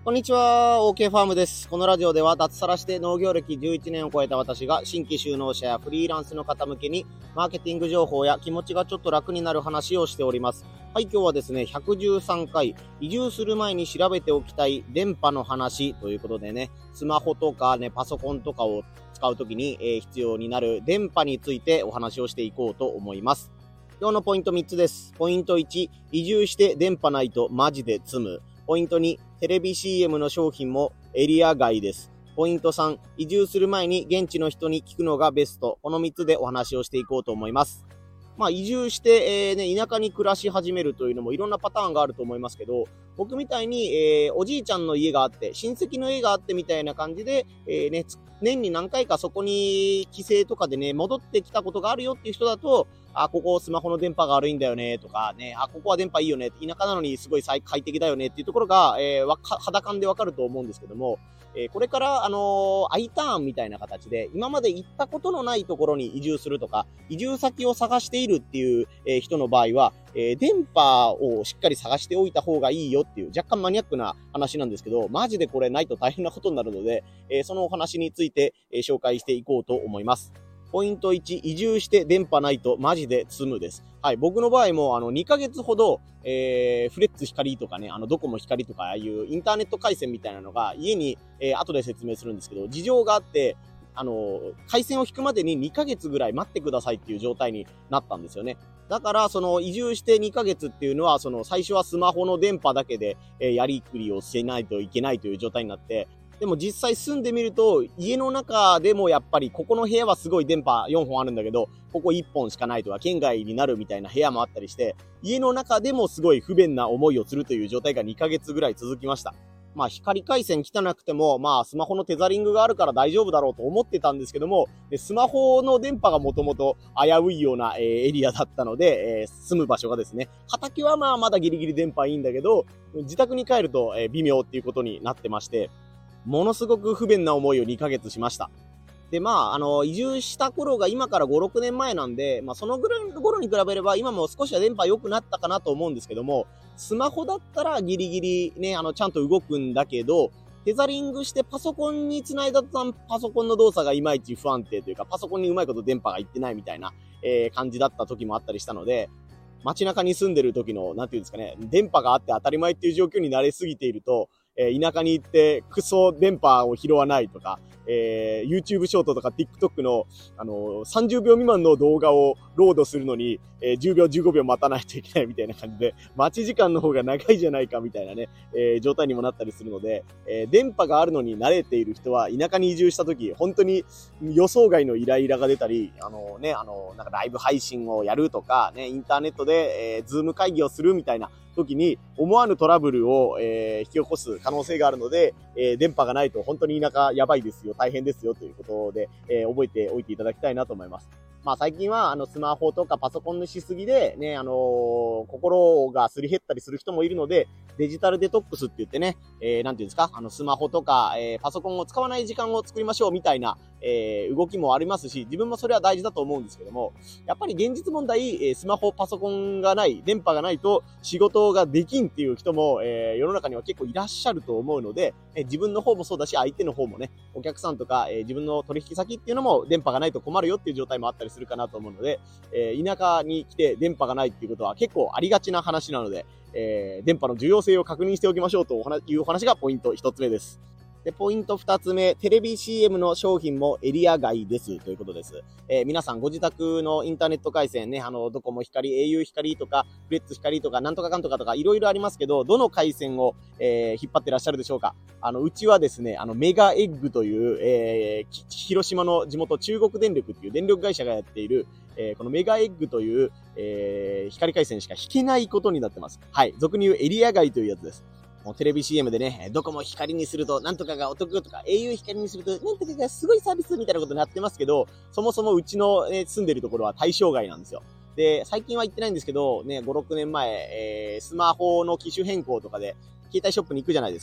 こんにちは、OK ファームです。このラジオでは脱サラして農業歴11年を超えた私が新規就農者やフリーランスの方向けにマーケティング情報や気持ちがちょっと楽になる話をしております。はい、今日はですね、113回、移住する前に調べておきたい電波の話ということでね、スマホとかね、パソコンとかを使うときに、必要になる電波についてお話をしていこうと思います。今日のポイント3つです。ポイント1、移住して電波ないとマジで積む。ポイント2、テレビ CM の商品もエリア外です。ポイント3、移住する前に現地の人に聞くのがベスト。この3つでお話をしていこうと思います。移住して、田舎に暮らし始めるというのもいろんなパターンがあると思いますけど、僕みたいに、おじいちゃんの家があって、親戚の家があってみたいな感じで、年に何回かそこに帰省とかでね、戻ってきたことがあるよっていう人だと、ここスマホの電波が悪いんだよねとかね、ここは電波いいよね、田舎なのにすごい快適だよねっていうところが、肌感でわかると思うんですけども、これから、I ターンみたいな形で、今まで行ったことのないところに移住するとか、移住先を探しているっていう、人の場合は、電波をしっかり探しておいた方がいいよっていう、若干マニアックな話なんですけど、マジでこれないと大変なことになるので、そのお話について、紹介していこうと思います。ポイント1、移住して電波ないとマジで積むです。はい、僕の場合も2ヶ月ほど、フレッツ光とかね、ドコモ光とか、ああいうインターネット回線みたいなのが家に、後で説明するんですけど、事情があって、回線を引くまでに2ヶ月ぐらい待ってくださいっていう状態になったんですよね。だから、移住して2ヶ月っていうのは、最初はスマホの電波だけで、やりくりをしないといけないという状態になって、でも実際住んでみると、家の中でもやっぱり、ここの部屋はすごい電波4本あるんだけど、ここ1本しかないとか、県外になるみたいな部屋もあったりして、家の中でもすごい不便な思いをするという状態が2ヶ月ぐらい続きました。光回線汚くても、スマホのテザリングがあるから大丈夫だろうと思ってたんですけども、スマホの電波がもともと危ういような、エリアだったので、住む場所がですね、畑はまだギリギリ電波いいんだけど、自宅に帰ると、微妙っていうことになってまして、ものすごく不便な思いを2ヶ月しました。で、移住した頃が今から5、6年前なんで、そのぐらいの頃に比べれば、今も少しは電波良くなったかなと思うんですけども、スマホだったらギリギリね、ちゃんと動くんだけど、テザリングしてパソコンに繋いだとパソコンの動作がいまいち不安定というか、パソコンにうまいこと電波がいってないみたいな、感じだった時もあったりしたので、街中に住んでる時の、なんていうんですかね、電波があって当たり前っていう状況に慣れすぎていると、田舎に行ってクソ電波を拾わないとか、YouTube ショートとか TikTok の、30秒未満の動画をロードするのに、10秒、15秒待たないといけないみたいな感じで、待ち時間の方が長いじゃないかみたいなね、状態にもなったりするので、電波があるのに慣れている人は田舎に移住した時、本当に予想外のイライラが出たり、なんかライブ配信をやるとか、ね、インターネットで、ズーム会議をするみたいな時に思わぬトラブルを、引き起こす可能性があるので、電波がないと本当に田舎やばいですよ、大変ですよということで、覚えておいていただきたいなと思います。最近はスマホとかパソコンのしすぎでね、心がすり減ったりする人もいるので、デジタルデトックスって言ってね、なんていうんですか、スマホとか、パソコンを使わない時間を作りましょうみたいな、動きもありますし、自分もそれは大事だと思うんですけども、やっぱり現実問題、スマホ、パソコンがない、電波がないと仕事ができんっていう人も、世の中には結構いらっしゃると思うので、自分の方もそうだし、相手の方もね、お客さんとか、自分の取引先っていうのも電波がないと困るよっていう状態もあったりするかなと思うので、田舎に来て電波がないっていうことは結構ありがちな話なので、電波の重要性を確認しておきましょうというお話がポイント一つ目です。で、ポイント二つ目、テレビ CM の商品もエリア外ですということです。皆さんご自宅のインターネット回線ね、ドコモ光、au 光とか、フレッツ光とか、なんとかかんとかとか、いろいろありますけど、どの回線を、引っ張ってらっしゃるでしょうか。うちはですね、メガエッグという、広島の地元中国電力っていう電力会社がやっている、このメガエッグという、光回線しか引けないことになってます。はい。俗に言うエリア外というやつです。もうテレビ CM でね、ドコモ光にするとなんとかがお得とか、au 光にするとなんとかがすごいサービスみたいなことになってますけど、そもそもうちの、住んでるところは対象外なんですよ。で、最近は行ってないんですけど、ね、5、6年前、スマホの機種変更とかで、携帯ショップに行くじゃないですか。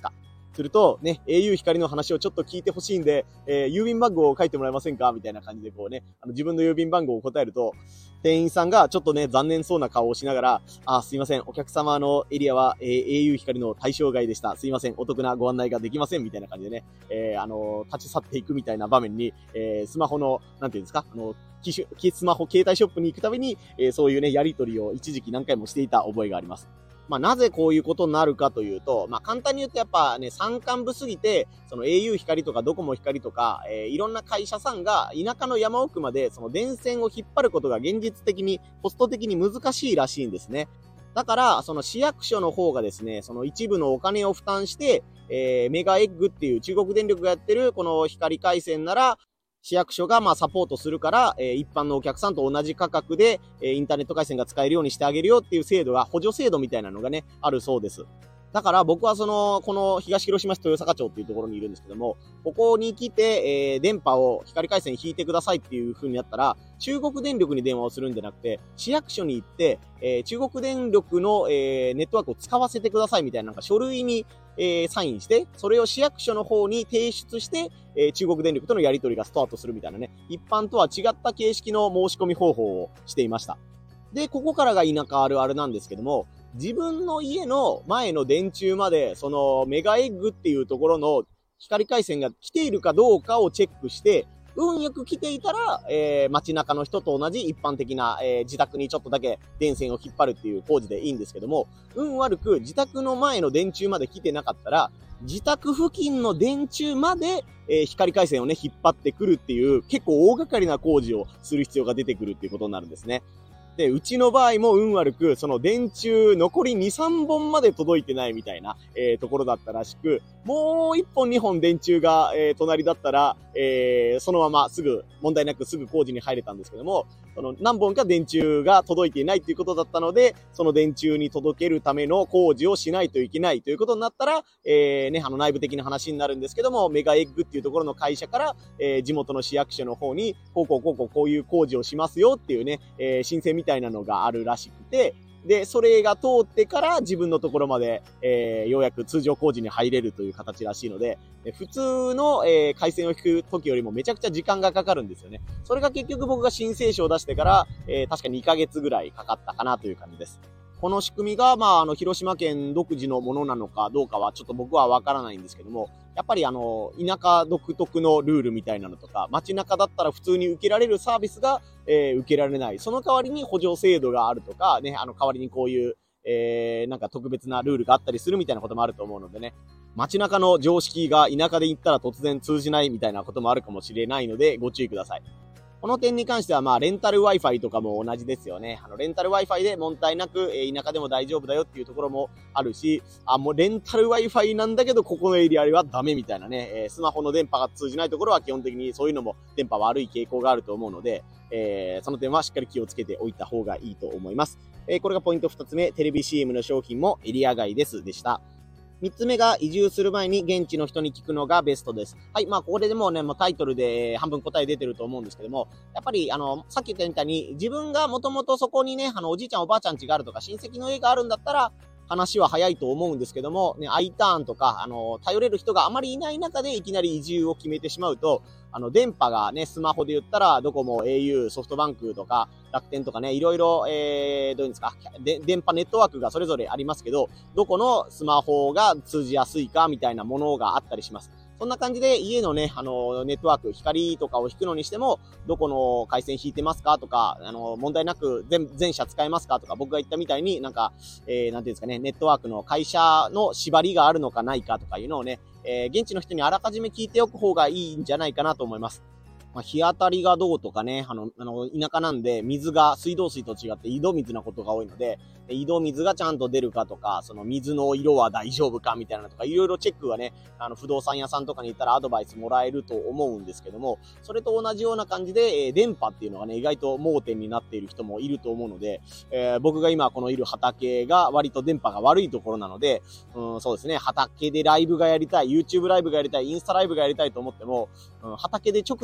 すると、ね、au 光の話をちょっと聞いてほしいんで、郵便番号を書いてもらえませんかみたいな感じでこうね、自分の郵便番号を答えると、店員さんがちょっとね、残念そうな顔をしながら、すいません、お客様のエリアは、au 光の対象外でした。すいません、お得なご案内ができません。みたいな感じでね、立ち去っていくみたいな場面に、スマホの、なんていうんですか、スマホ携帯ショップに行くたびに、そういうね、やり取りを一時期何回もしていた覚えがあります。なぜこういうことになるかというと、簡単に言うとやっぱね、山間部すぎて、その au 光とかドコモ光とか、いろんな会社さんが田舎の山奥までその電線を引っ張ることが現実的に、コスト的に難しいらしいんですね。だから、その市役所の方がですね、その一部のお金を負担して、メガエッグっていう中国電力がやってるこの光回線なら、市役所がサポートするから、一般のお客さんと同じ価格で、インターネット回線が使えるようにしてあげるよっていう制度が、補助制度みたいなのがね、あるそうです。だから僕はこの東広島市豊坂町っていうところにいるんですけども、ここに来て、電波を光回線引いてくださいっていう風になったら、中国電力に電話をするんじゃなくて、市役所に行って、中国電力の、ネットワークを使わせてくださいみたいな書類に、サインして、それを市役所の方に提出して、中国電力とのやり取りがスタートするみたいなね、一般とは違った形式の申し込み方法をしていました。で、ここからが田舎あるあるなんですけども、自分の家の前の電柱まで、そのメガエッグっていうところの光回線が来ているかどうかをチェックして、運よく来ていたら、街中の人と同じ一般的な、自宅にちょっとだけ電線を引っ張るっていう工事でいいんですけども、運悪く自宅の前の電柱まで来てなかったら、自宅付近の電柱まで、光回線をね、引っ張ってくるっていう、結構大掛かりな工事をする必要が出てくるっていうことになるんですね。で、うちの場合も運悪く、その電柱残り2、3本まで届いてないみたいな、ところだったらしく、もう1本2本電柱が、隣だったら、そのまますぐ、問題なくすぐ工事に入れたんですけども、その何本か電柱が届いていないっていうことだったので、その電柱に届けるための工事をしないといけないということになったら、内部的な話になるんですけども、メガエッグっていうところの会社から、地元の市役所の方に、こういう工事をしますよっていうね、申請みたいなのがあるらしくて、で、それが通ってから自分のところまで、ようやく通常工事に入れるという形らしいので、普通の、回線を引く時よりもめちゃくちゃ時間がかかるんですよね。それが結局僕が申請書を出してから、確か2ヶ月ぐらいかかったかなという感じです。この仕組みが、広島県独自のものなのかどうかはちょっと僕はわからないんですけども、やっぱり田舎独特のルールみたいなのとか、街中だったら普通に受けられるサービスが、受けられない。その代わりに補助制度があるとか、ね、代わりにこういう、なんか特別なルールがあったりするみたいなこともあると思うのでね、街中の常識が田舎で行ったら突然通じないみたいなこともあるかもしれないので、ご注意ください。この点に関しては、レンタル Wi-Fi とかも同じですよね。レンタル Wi-Fi で問題なく、田舎でも大丈夫だよっていうところもあるし、もうレンタル Wi-Fi なんだけど、ここのエリアはダメみたいなね、スマホの電波が通じないところは基本的にそういうのも電波悪い傾向があると思うので、その点はしっかり気をつけておいた方がいいと思います。これがポイント2つ目、テレビ CM の商品もエリア外ですでした。3つ目が移住する前に現地の人に聞くのがベストです。はい、ここでもね、もうタイトルで半分答え出てると思うんですけども、やっぱりさっき言ったみたいに自分がもともとそこにね、おじいちゃんおばあちゃん家があるとか親戚の家があるんだったら、話は早いと思うんですけども、ね、Iターンとか、頼れる人があまりいない中でいきなり移住を決めてしまうと、電波がね、スマホで言ったら、ドコモ、au、ソフトバンクとか、楽天とかね、いろいろ、どういうんですか、電波ネットワークがそれぞれありますけど、どこのスマホが通じやすいかみたいなものがあったりします。そんな感じで家のね、ネットワーク、光とかを引くのにしても、どこの回線引いてますかとか、問題なく全社使えますかとか、僕が言ったみたいになんか、なんていうんですかね、ネットワークの会社の縛りがあるのかないかとかいうのをね、現地の人にあらかじめ聞いておく方がいいんじゃないかなと思います。日当たりがどうとかね、田舎なんで水が水道水と違って井戸水なことが多いので、井戸水がちゃんと出るかとか、その水の色は大丈夫かみたいなのとか、いろいろチェックはね、不動産屋さんとかに行ったらアドバイスもらえると思うんですけども、それと同じような感じで、電波っていうのがね、意外と盲点になっている人もいると思うので、僕が今このいる畑が割と電波が悪いところなので、そうですね、畑でライブがやりたい、YouTube ライブがやりたい、インスタライブがやりたいと思っても、畑で直でやろうと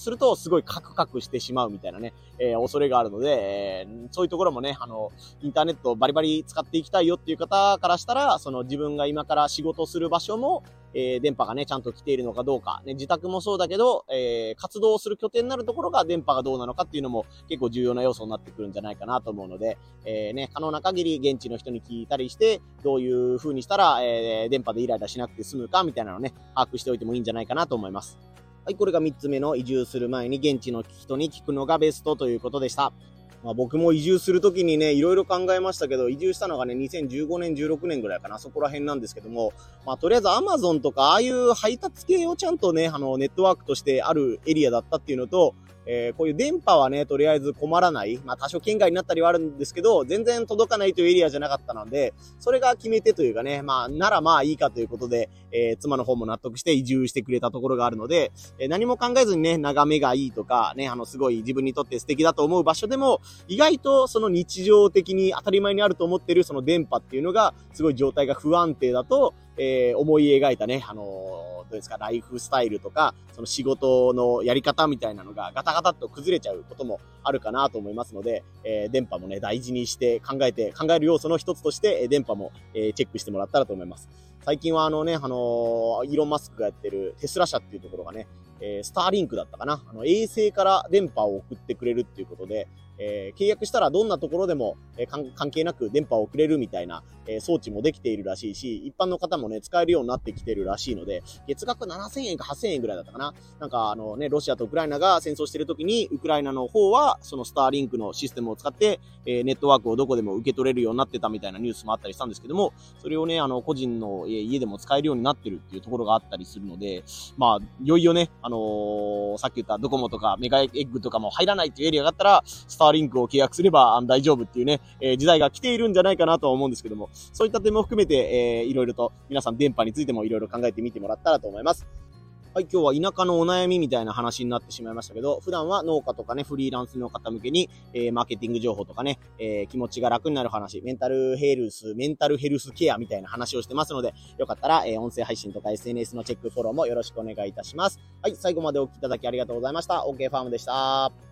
するとすごいカクカクしてしまうみたいなね、恐れがあるので、そういうところもね、インターネットをバリバリ使っていきたいよっていう方からしたら、その自分が今から仕事する場所も、電波がね、ちゃんと来ているのかどうか、ね、自宅もそうだけど、活動する拠点になるところが電波がどうなのかっていうのも結構重要な要素になってくるんじゃないかなと思うので、可能な限り現地の人に聞いたりして、どういう風にしたら、電波でイライラしなくて済むかみたいなのをね、把握しておいてもいいんじゃないかなと思います。はい、これが3つ目の移住する前に現地の人に聞くのがベストということでした。僕も移住するときにね、いろいろ考えましたけど、移住したのがね、2015年、16年ぐらいかな、そこら辺なんですけども、とりあえず Amazon とか、ああいう配達系をちゃんとね、ネットワークとしてあるエリアだったっていうのと、こういう電波はね、とりあえず困らない。多少県外になったりはあるんですけど、全然届かないというエリアじゃなかったので、それが決め手というかね、ならいいかということで、妻の方も納得して移住してくれたところがあるので、何も考えずにね、眺めがいいとか、ね、すごい自分にとって素敵だと思う場所でも、意外とその日常的に当たり前にあると思ってるその電波っていうのが、すごい状態が不安定だと、思い描いたね、どうですか、ライフスタイルとか、その仕事のやり方みたいなのがガタガタっと崩れちゃうこともあるかなと思いますので、電波もね、大事にして考える要素の一つとして、電波も、チェックしてもらったらと思います。最近はイーロン・マスクがやってるテスラ社っていうところがね、スターリンクだったかな、衛星から電波を送ってくれるっていうことで、契約したらどんなところでも、関係なく電波を送れるみたいな、装置もできているらしいし、一般の方もね、使えるようになってきてるらしいので、月額7000円か8000円ぐらいだったかな。なんかロシアとウクライナが戦争してる時に、ウクライナの方は、そのスターリンクのシステムを使って、ネットワークをどこでも受け取れるようになってたみたいなニュースもあったりしたんですけども、それをね、個人の家でも使えるようになってるっていうところがあったりするので、いよいよね、さっき言ったドコモとかメガエッグとかも入らないっていうエリアがあったら、スターリンクを契約すれば大丈夫っていうね、時代が来ているんじゃないかなとは思うんですけども、そういった点も含めて、いろいろと皆さん電波についてもいろいろ考えてみてもらったらと思います。はい、今日は田舎のお悩みみたいな話になってしまいましたけど、普段は農家とかね、フリーランスの方向けに、マーケティング情報とかね、気持ちが楽になる話、メンタルヘルスケアみたいな話をしてますので、よかったら、音声配信とか SNS のチェック、フォローもよろしくお願いいたします。はい、最後までお聞きいただきありがとうございました。OK ファームでした。